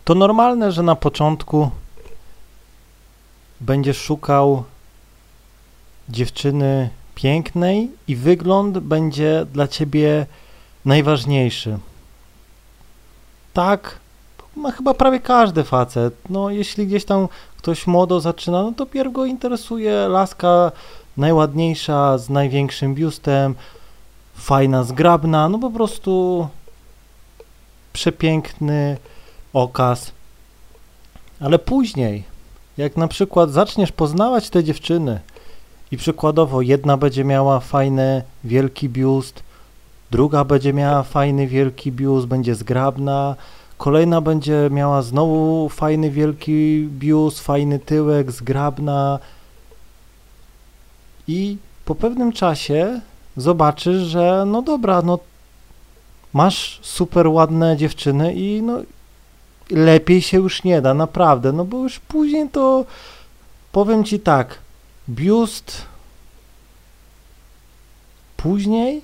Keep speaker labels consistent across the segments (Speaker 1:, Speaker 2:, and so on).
Speaker 1: To normalne, że na początku będziesz szukał dziewczyny pięknej i wygląd będzie dla ciebie najważniejszy. Tak, ma chyba prawie każdy facet. No, jeśli gdzieś tam ktoś młodo zaczyna, no to pierw go interesuje laska najładniejsza, z największym biustem, fajna, zgrabna, no po prostu przepiękny okaz. Ale później, jak na przykład zaczniesz poznawać te dziewczyny i przykładowo jedna będzie miała fajny, wielki biust, druga będzie miała fajny, wielki biust, będzie zgrabna, kolejna będzie miała znowu fajny, wielki biust, fajny tyłek, zgrabna i po pewnym czasie zobaczysz, że no dobra, no masz super ładne dziewczyny i no lepiej się już nie da, naprawdę, no bo już później to powiem ci tak, biust później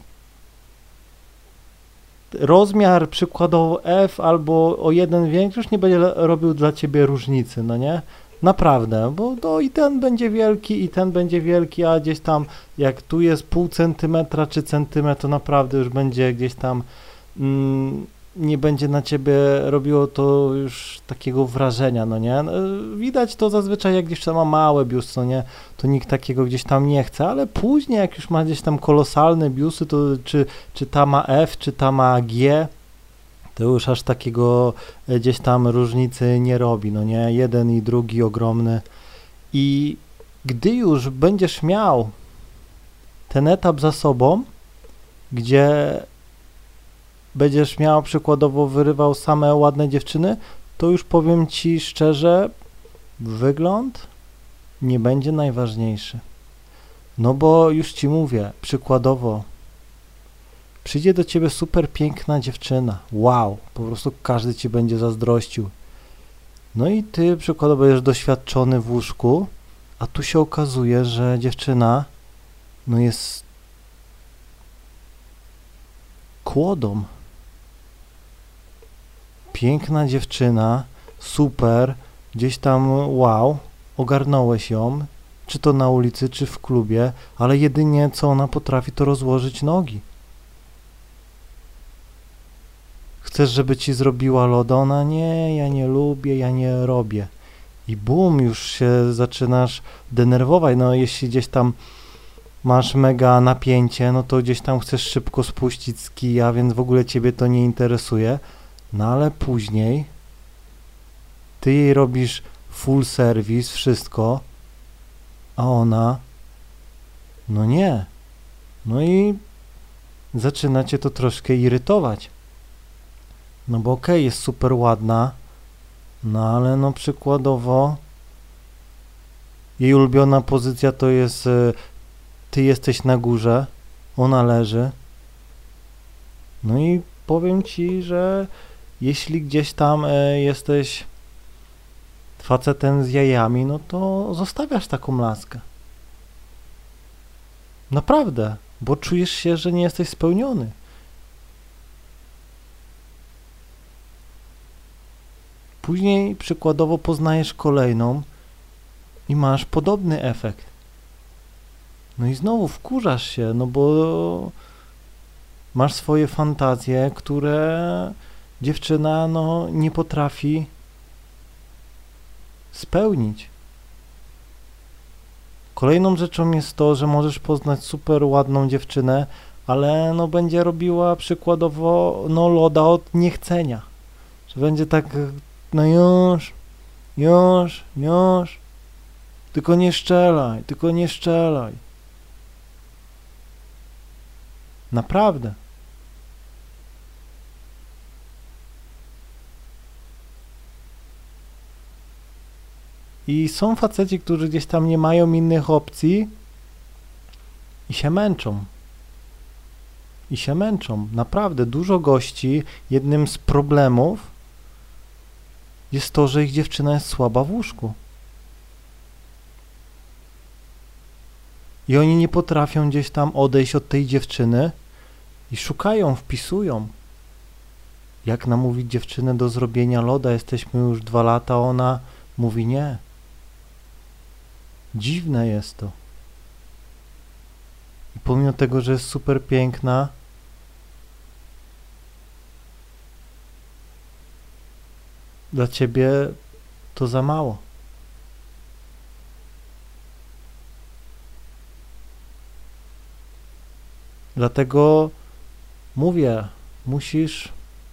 Speaker 1: rozmiar przykładowo F albo o jeden większy już nie będzie robił dla ciebie różnicy, no nie? Naprawdę, bo to i ten będzie wielki, i ten będzie wielki, a gdzieś tam jak tu jest pół centymetra czy centymetr, to naprawdę już będzie gdzieś tam nie będzie na ciebie robiło to już takiego wrażenia, no nie? Widać to zazwyczaj jak gdzieś tam ma małe biust, no nie? To nikt takiego gdzieś tam nie chce, ale później jak już ma gdzieś tam kolosalne biusty, to czy ta ma F, czy ta ma G, to już aż takiego gdzieś tam różnicy nie robi, no nie? Jeden i drugi ogromny. I gdy już będziesz miał ten etap za sobą, gdzie będziesz miał przykładowo wyrywał same ładne dziewczyny, to już powiem ci szczerze, wygląd nie będzie najważniejszy. No bo już ci mówię, przykładowo przyjdzie do ciebie super piękna dziewczyna, wow, po prostu każdy ci będzie zazdrościł. No i ty przykładowo będziesz doświadczony w łóżku, a tu się okazuje, że dziewczyna no jest kłodą. Piękna dziewczyna, super, gdzieś tam wow, ogarnąłeś ją, czy to na ulicy, czy w klubie, ale jedynie co ona potrafi to rozłożyć nogi. Chcesz, żeby ci zrobiła loda? Ona nie, ja nie lubię, ja nie robię. I bum, już się zaczynasz denerwować, no jeśli gdzieś tam masz mega napięcie, no to gdzieś tam chcesz szybko spuścić z kija, więc w ogóle ciebie to nie interesuje. No ale później ty jej robisz full service, wszystko, a ona, no nie. No i zaczyna cię to troszkę irytować. No bo okej, jest super ładna, no ale no przykładowo jej ulubiona pozycja to jest ty jesteś na górze, ona leży. No i powiem ci, że jeśli gdzieś tam jesteś facetem z jajami, no to zostawiasz taką laskę. Naprawdę, bo czujesz się, że nie jesteś spełniony. Później przykładowo poznajesz kolejną i masz podobny efekt. No i znowu wkurzasz się, no bo masz swoje fantazje, które dziewczyna no nie potrafi spełnić. Kolejną rzeczą jest to, że możesz poznać super ładną dziewczynę, ale no będzie robiła przykładowo no loda od niechcenia. Że będzie tak, no już, tylko nie szczelaj. Naprawdę. I są faceci, którzy gdzieś tam nie mają innych opcji i się męczą. Naprawdę, dużo gości, jednym z problemów jest to, że ich dziewczyna jest słaba w łóżku. I oni nie potrafią gdzieś tam odejść od tej dziewczyny i szukają, wpisują. Jak namówić dziewczynę do zrobienia loda, jesteśmy już 2 lata, ona mówi nie. Dziwne jest to. I pomimo tego, że jest super piękna, dla ciebie to za mało. Dlatego mówię, musisz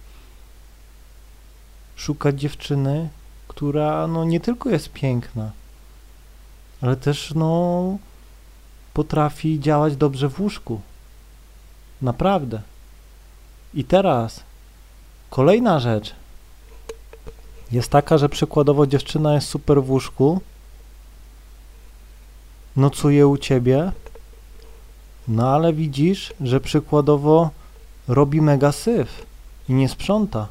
Speaker 1: szukać dziewczyny, która no nie tylko jest piękna, ale też no potrafi działać dobrze w łóżku. Naprawdę. I teraz kolejna rzecz jest taka, że przykładowo dziewczyna jest super w łóżku, nocuje u ciebie, no ale widzisz, że przykładowo robi mega syf i nie sprząta.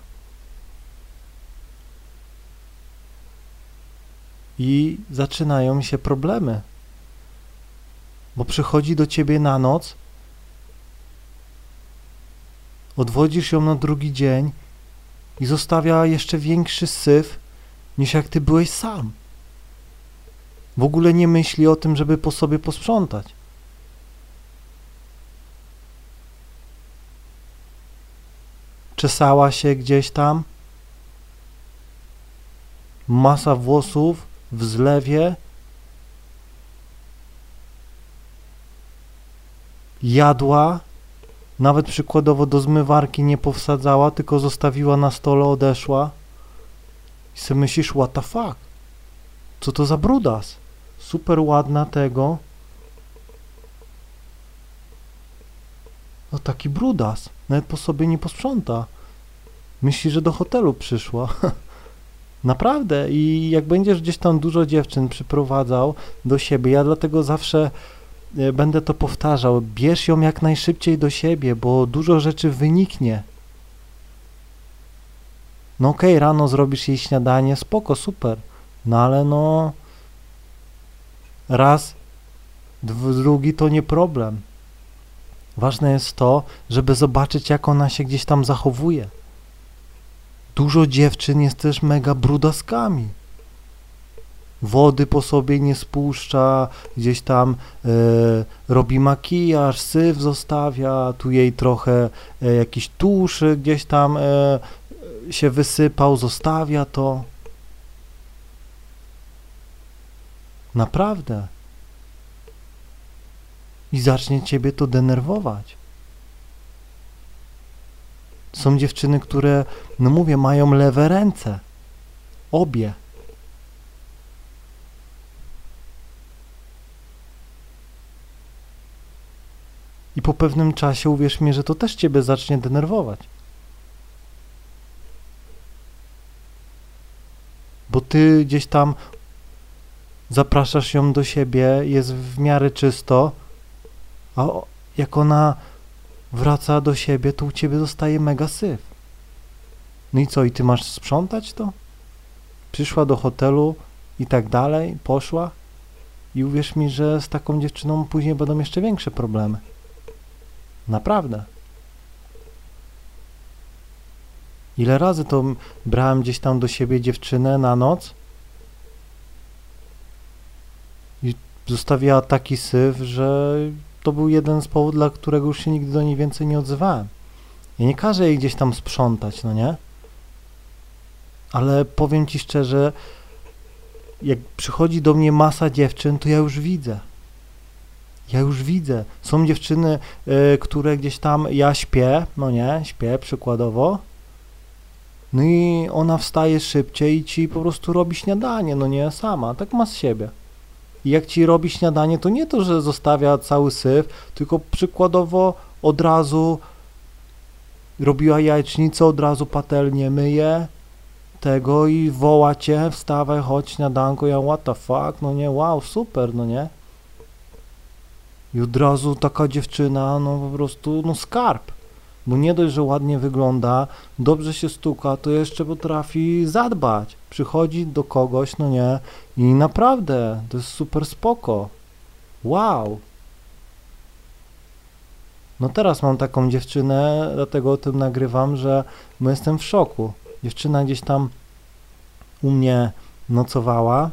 Speaker 1: I zaczynają się problemy, bo przychodzi do ciebie na noc, odwodzisz ją na drugi dzień i zostawia jeszcze większy syf, niż jak ty byłeś sam. W ogóle nie myśli o tym, żeby po sobie posprzątać. Czesała się gdzieś tam, masa włosów w zlewie, jadła, nawet przykładowo do zmywarki nie powsadzała, tylko zostawiła na stole, odeszła i sobie myślisz, what the fuck, co to za brudas, super ładna tego, no taki brudas, nawet po sobie nie posprząta, myśli, że do hotelu przyszła. Naprawdę. I jak będziesz gdzieś tam dużo dziewczyn przyprowadzał do siebie, ja dlatego zawsze będę to powtarzał, bierz ją jak najszybciej do siebie, bo dużo rzeczy wyniknie. No okej, rano zrobisz jej śniadanie, spoko, super, no ale no raz, drugi to nie problem. Ważne jest to, żeby zobaczyć, jak ona się gdzieś tam zachowuje. Dużo dziewczyn jest też mega brudaskami. Wody po sobie nie spuszcza, gdzieś tam robi makijaż, syf zostawia, tu jej trochę jakiś tusz gdzieś tam się wysypał, zostawia to. Naprawdę. I zacznie ciebie to denerwować. Są dziewczyny, które, no mówię, mają lewe ręce. Obie. I po pewnym czasie, uwierz mi, że to też ciebie zacznie denerwować. Bo ty gdzieś tam zapraszasz ją do siebie, jest w miarę czysto, a jak ona wraca do siebie, to u ciebie zostaje mega syf. No i co, i ty masz sprzątać to? Przyszła do hotelu i tak dalej, poszła i uwierz mi, że z taką dziewczyną później będą jeszcze większe problemy. Naprawdę. Ile razy to brałem gdzieś tam do siebie dziewczynę na noc i zostawiała taki syf, że to był jeden z powodów, dla którego już się nigdy do niej więcej nie odzywałem. Ja nie każę jej gdzieś tam sprzątać, no nie? Ale powiem ci szczerze, jak przychodzi do mnie masa dziewczyn, to ja już widzę. Ja już widzę. Są dziewczyny, które gdzieś tam, ja śpię, no nie, śpię przykładowo, no i ona wstaje szybciej i ci po prostu robi śniadanie, no nie, sama, tak ma z siebie. I jak ci robi śniadanie, to nie to, że zostawia cały syf, tylko przykładowo od razu robiła jajecznicę, od razu patelnię myje tego i woła cię, wstawaj, chodź śniadanko, ja what the fuck, no nie, wow, super, no nie. I od razu taka dziewczyna, no po prostu, no skarb. Bo nie dość, że ładnie wygląda, dobrze się stuka, to jeszcze potrafi zadbać. Przychodzi do kogoś, no nie, i naprawdę, to jest super spoko. Wow. No teraz mam taką dziewczynę, dlatego o tym nagrywam, że no jestem w szoku. Dziewczyna gdzieś tam u mnie nocowała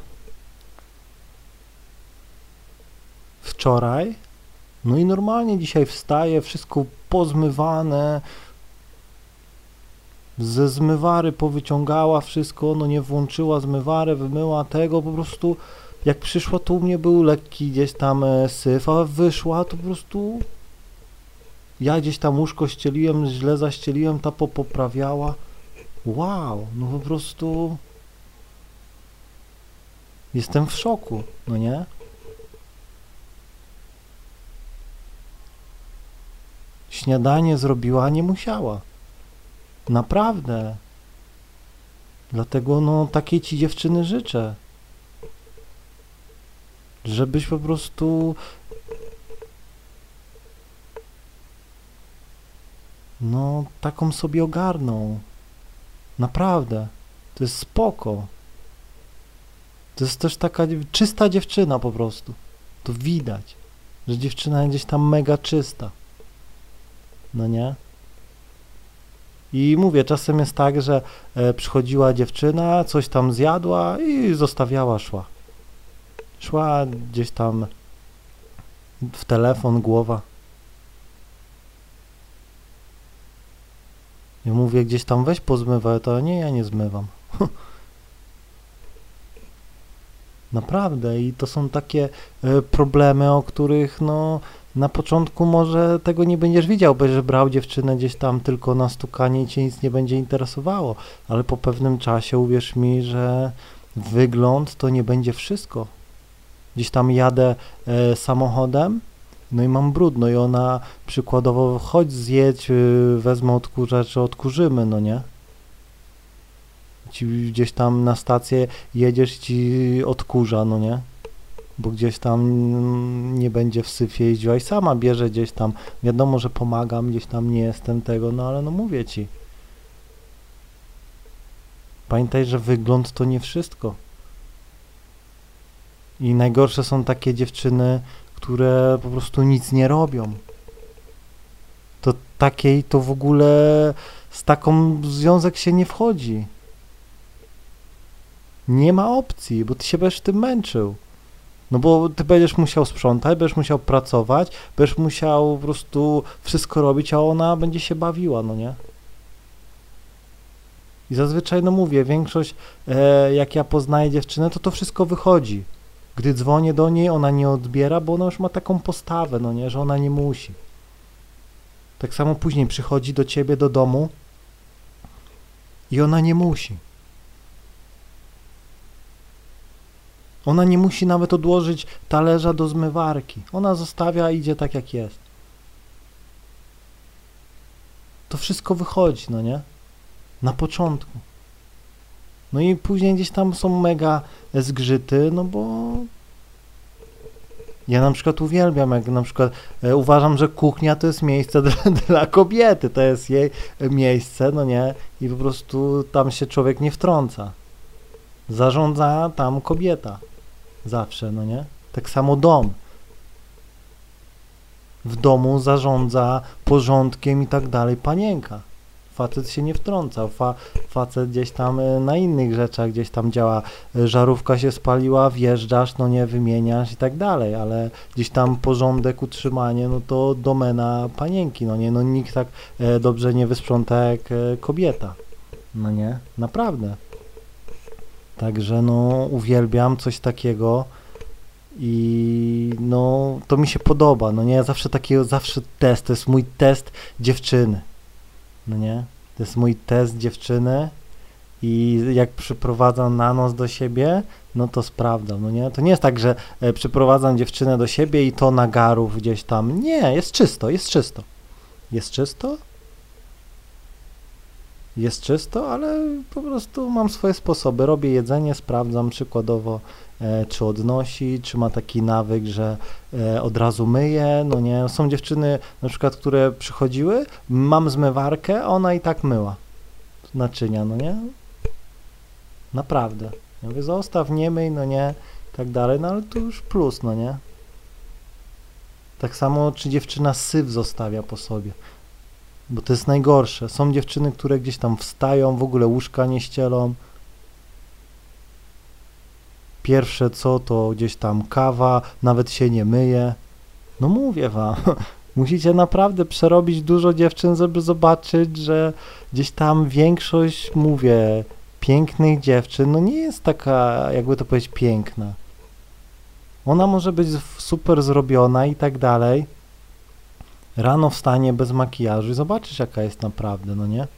Speaker 1: wczoraj, no i normalnie dzisiaj wstaje, wszystko pozmywane, ze zmywary powyciągała wszystko, no nie włączyła zmywarę, wymyła tego, po prostu jak przyszła, to u mnie był lekki gdzieś tam syf, a wyszła, to po prostu ja gdzieś tam łóżko ścieliłem, źle zaścieliłem, ta poprawiała. Wow, no po prostu jestem w szoku, no nie? Śniadanie zrobiła, a nie musiała. Naprawdę. Dlatego no takiej ci dziewczyny życzę. Żebyś po prostu no taką sobie ogarnął. Naprawdę. To jest spoko. To jest też taka czysta dziewczyna po prostu. To widać, że dziewczyna jest gdzieś tam mega czysta. No nie? I mówię, czasem jest tak, że przychodziła dziewczyna, coś tam zjadła i zostawiała, szła. Szła gdzieś tam w telefon, głowa. Ja mówię, gdzieś tam weź pozmywaj, to nie, ja nie zmywam. Naprawdę i to są takie problemy, o których no na początku może tego nie będziesz widział, będziesz brał dziewczynę gdzieś tam tylko na stukanie i cię nic nie będzie interesowało, ale po pewnym czasie uwierz mi, że wygląd to nie będzie wszystko. Gdzieś tam jadę samochodem, no i mam brudno i ona przykładowo chodź zjedź, wezmę odkurzacz, odkurzymy, no nie? Ci gdzieś tam na stację jedziesz, ci odkurza, no nie? Bo gdzieś tam nie będzie w syfie jeździła i sama bierze gdzieś tam, wiadomo, że pomagam, gdzieś tam nie jestem tego, no ale no mówię ci. Pamiętaj, że wygląd to nie wszystko. I najgorsze są takie dziewczyny, które po prostu nic nie robią. To takiej to w ogóle z taką w związek się nie wchodzi. Nie ma opcji, bo ty się będziesz w tym męczył. No bo ty będziesz musiał sprzątać, będziesz musiał pracować, będziesz musiał po prostu wszystko robić, a ona będzie się bawiła, no nie? I zazwyczaj, no mówię, większość, jak ja poznaję dziewczynę, to wszystko wychodzi. Gdy dzwonię do niej, ona nie odbiera, bo ona już ma taką postawę, no nie, że ona nie musi. Tak samo później przychodzi do ciebie do domu i ona nie musi. Ona nie musi nawet odłożyć talerza do zmywarki. Ona zostawia i idzie tak jak jest. To wszystko wychodzi, no nie? Na początku. No i później gdzieś tam są mega zgrzyty, no bo ja na przykład uwielbiam, jak na przykład uważam, że kuchnia to jest miejsce dla kobiety, to jest jej miejsce, no nie? I po prostu tam się człowiek nie wtrąca. Zarządza tam kobieta. Zawsze, no nie? Tak samo dom. W domu zarządza porządkiem i tak dalej panienka. Facet się nie wtrąca. Facet gdzieś tam na innych rzeczach gdzieś tam działa. Żarówka się spaliła, wjeżdżasz, no nie, wymieniasz i tak dalej, ale gdzieś tam porządek, utrzymanie, no to domena panienki, no nie? No nikt tak dobrze nie wysprząta jak kobieta. No nie? Naprawdę. Także no uwielbiam coś takiego i no to mi się podoba, no nie, ja zawsze test, to jest mój test dziewczyny, no nie, to jest mój test dziewczyny i jak przyprowadzam na noc do siebie, no to sprawdzam, no nie, to nie jest tak, że przyprowadzam dziewczynę do siebie i to na garów gdzieś tam, nie, jest czysto, jest czysto, jest czysto, jest czysto, ale po prostu mam swoje sposoby. Robię jedzenie, sprawdzam przykładowo, czy odnosi, czy ma taki nawyk, że od razu myje, no nie. Są dziewczyny na przykład, które przychodziły, mam zmywarkę, a ona i tak myła naczynia, no nie. Naprawdę. Ja mówię, zostaw, nie myj, no nie, tak dalej, no ale to już plus, no nie. Tak samo, czy dziewczyna syf zostawia po sobie. Bo to jest najgorsze. Są dziewczyny, które gdzieś tam wstają, w ogóle łóżka nie ścielą. Pierwsze co, to gdzieś tam kawa, nawet się nie myje. No mówię wam, musicie naprawdę przerobić dużo dziewczyn, żeby zobaczyć, że gdzieś tam większość, mówię, pięknych dziewczyn, no nie jest taka, jakby to powiedzieć, piękna. Ona może być super zrobiona i tak dalej. Rano wstanie bez makijażu i zobaczysz, jaka jest naprawdę, no nie?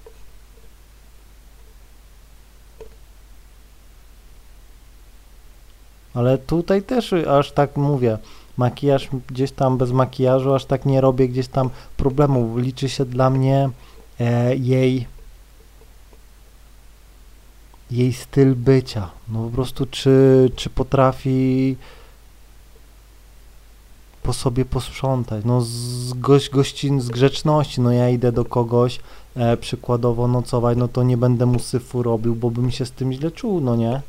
Speaker 1: Ale tutaj też aż tak mówię, makijaż gdzieś tam bez makijażu, aż tak nie robię gdzieś tam problemów. Liczy się dla mnie jej styl bycia. No po prostu czy potrafi po sobie posprzątać, no z gościn, z grzeczności, no ja idę do kogoś przykładowo nocować, no to nie będę mu syfu robił, bo bym się z tym źle czuł, no nie?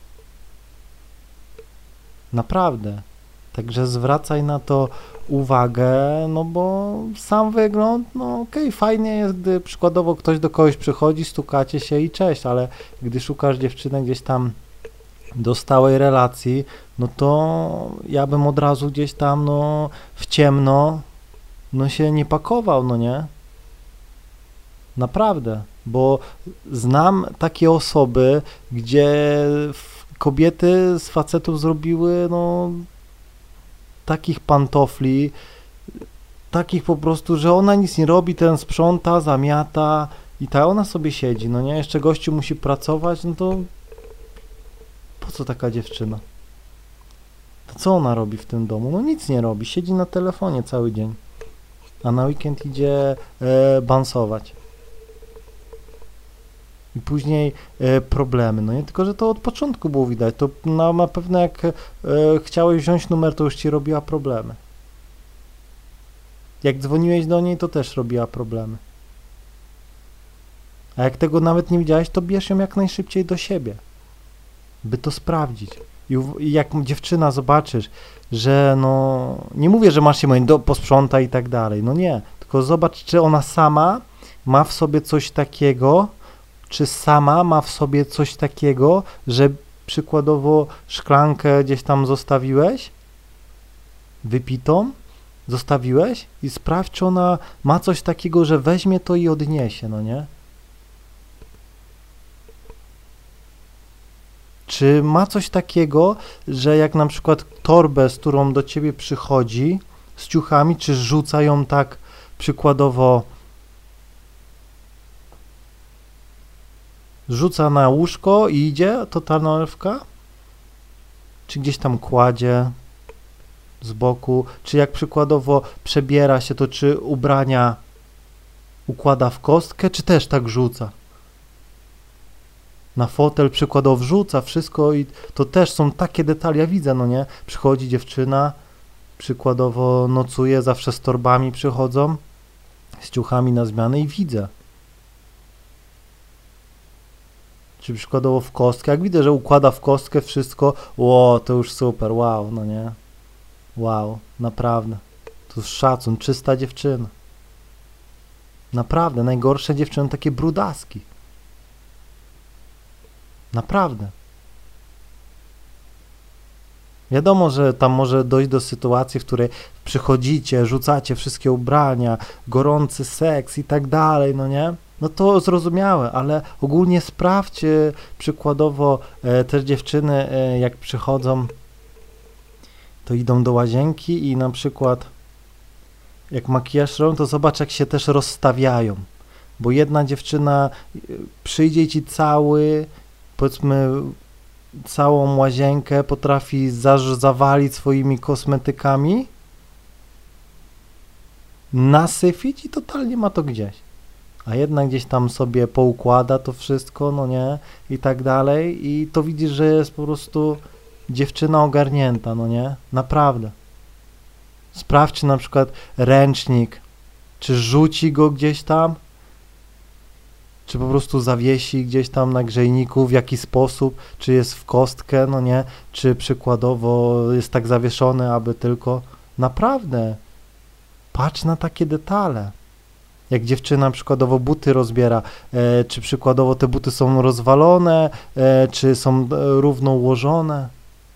Speaker 1: Naprawdę. Także zwracaj na to uwagę, no bo sam wygląd, no okej, fajnie jest, gdy przykładowo ktoś do kogoś przychodzi, stukacie się i cześć, ale gdy szukasz dziewczyny gdzieś tam do stałej relacji, no to ja bym od razu gdzieś tam, no w ciemno, no się nie pakował, no nie? Naprawdę, bo znam takie osoby, gdzie kobiety z facetów zrobiły, no, takich pantofli, takich po prostu, że ona nic nie robi, ten sprząta, zamiata i ta ona sobie siedzi, no nie? Jeszcze gościu musi pracować, no to po co taka dziewczyna? To co ona robi w tym domu? No nic nie robi, siedzi na telefonie cały dzień, a na weekend idzie bansować. I później problemy, no nie? Tylko, że to od początku było widać, to na pewno jak chciałeś wziąć numer, to już ci robiła problemy. Jak dzwoniłeś do niej, to też robiła problemy. A jak tego nawet nie widziałeś, to bierz ją jak najszybciej do siebie, by to sprawdzić. I jak dziewczyna zobaczysz, że no, nie mówię, że masz się mówić, posprząta i tak dalej, no nie, tylko zobacz, czy ona sama ma w sobie coś takiego, czy sama ma w sobie coś takiego, że przykładowo szklankę gdzieś tam zostawiłeś, wypitą, zostawiłeś i sprawdź, czy ona ma coś takiego, że weźmie to i odniesie, no nie? Czy ma coś takiego, że jak na przykład torbę, z którą do ciebie przychodzi, z ciuchami, czy rzuca ją tak przykładowo, rzuca na łóżko i idzie, totalna elfka? Czy gdzieś tam kładzie z boku? Czy jak przykładowo przebiera się, to czy ubrania układa w kostkę, czy też tak rzuca? Na fotel przykładowo wrzuca wszystko i to też są takie detale, ja widzę, no nie? Przychodzi dziewczyna, przykładowo nocuje, zawsze z torbami przychodzą, z ciuchami na zmianę i widzę. Czy przykładowo w kostkę, jak widzę, że układa w kostkę wszystko, to już super, wow, no nie? Wow, naprawdę. To jest szacun, czysta dziewczyna. Naprawdę, najgorsze dziewczyny takie brudaski. Naprawdę. Wiadomo, że tam może dojść do sytuacji, w której przychodzicie, rzucacie wszystkie ubrania, gorący seks i tak dalej, no nie? No to zrozumiałe, ale ogólnie sprawdźcie, przykładowo też dziewczyny jak przychodzą, to idą do łazienki i na przykład jak makijaż robią, to zobacz, jak się też rozstawiają, bo jedna dziewczyna przyjdzie ci powiedzmy całą łazienkę potrafi zawalić swoimi kosmetykami, nasyfić i totalnie ma to gdzieś. A jednak gdzieś tam sobie poukłada to wszystko, no nie, i tak dalej i to widzisz, że jest po prostu dziewczyna ogarnięta, no nie, naprawdę. Sprawdź, czy na przykład ręcznik, czy rzuci go gdzieś tam, czy po prostu zawiesi gdzieś tam na grzejniku, w jaki sposób, czy jest w kostkę, no nie, czy przykładowo jest tak zawieszony, aby tylko, naprawdę, Patrz na takie detale. Jak dziewczyna przykładowo buty rozbiera, czy przykładowo te buty są rozwalone, czy są równo ułożone.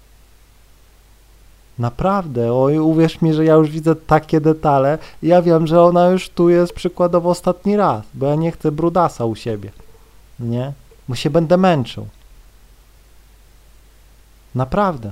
Speaker 1: Naprawdę, oj, uwierz mi, że ja już widzę takie detale. Ja wiem, że ona już tu jest przykładowo ostatni raz, bo ja nie chcę brudasa u siebie, nie? Bo się będę męczył. Naprawdę.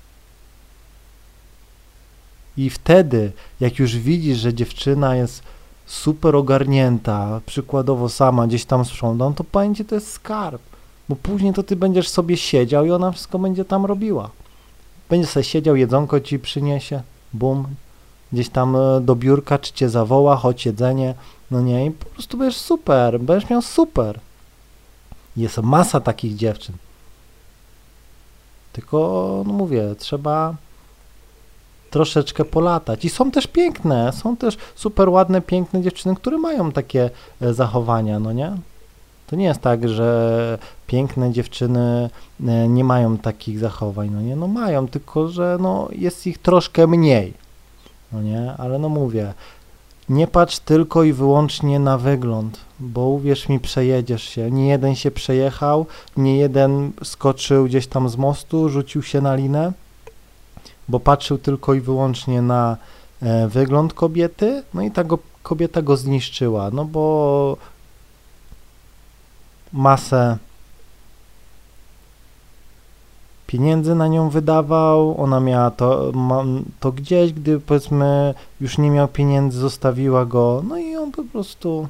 Speaker 1: I wtedy, jak już widzisz, że dziewczyna jest super ogarnięta, przykładowo sama gdzieś tam sprząta, no to pamiętaj, to jest skarb, bo później to ty będziesz sobie siedział i ona wszystko będzie tam robiła. Będzie sobie siedział, jedzonko ci przyniesie, bum, gdzieś tam do biurka, czy cię zawoła, chodź jedzenie, no nie, i po prostu będziesz miał super. Jest masa takich dziewczyn. Tylko, no mówię, trzeba troszeczkę polatać. I są też piękne, są też super ładne, piękne dziewczyny, które mają takie zachowania, no nie? To nie jest tak, że piękne dziewczyny nie mają takich zachowań, no nie? No mają, tylko że no jest ich troszkę mniej, no nie? Ale no mówię, nie patrz tylko i wyłącznie na wygląd, bo uwierz mi, przejedziesz się. Nie jeden się przejechał, nie jeden skoczył gdzieś tam z mostu, rzucił się na linę, bo patrzył tylko i wyłącznie na wygląd kobiety, no i ta kobieta go zniszczyła, no bo masę pieniędzy na nią wydawał, ona miała to gdzieś, gdy powiedzmy już nie miał pieniędzy, zostawiła go, no i on po prostu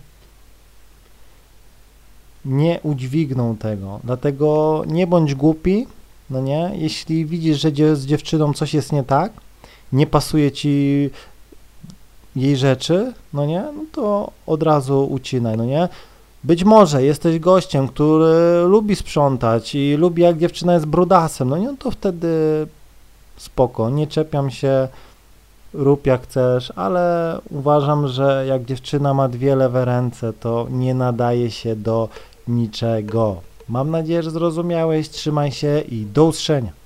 Speaker 1: nie udźwignął tego, dlatego nie bądź głupi, no nie, jeśli widzisz, że z dziewczyną coś jest nie tak, nie pasuje ci jej rzeczy, no nie, no to od razu ucinaj, no nie. Być może jesteś gościem, który lubi sprzątać i lubi, jak dziewczyna jest brudasem, no nie, no to wtedy spoko, nie czepiam się, rób jak chcesz, ale uważam, że jak dziewczyna ma dwie lewe ręce, to nie nadaje się do niczego. Mam nadzieję, że zrozumiałeś, trzymaj się i do usłyszenia.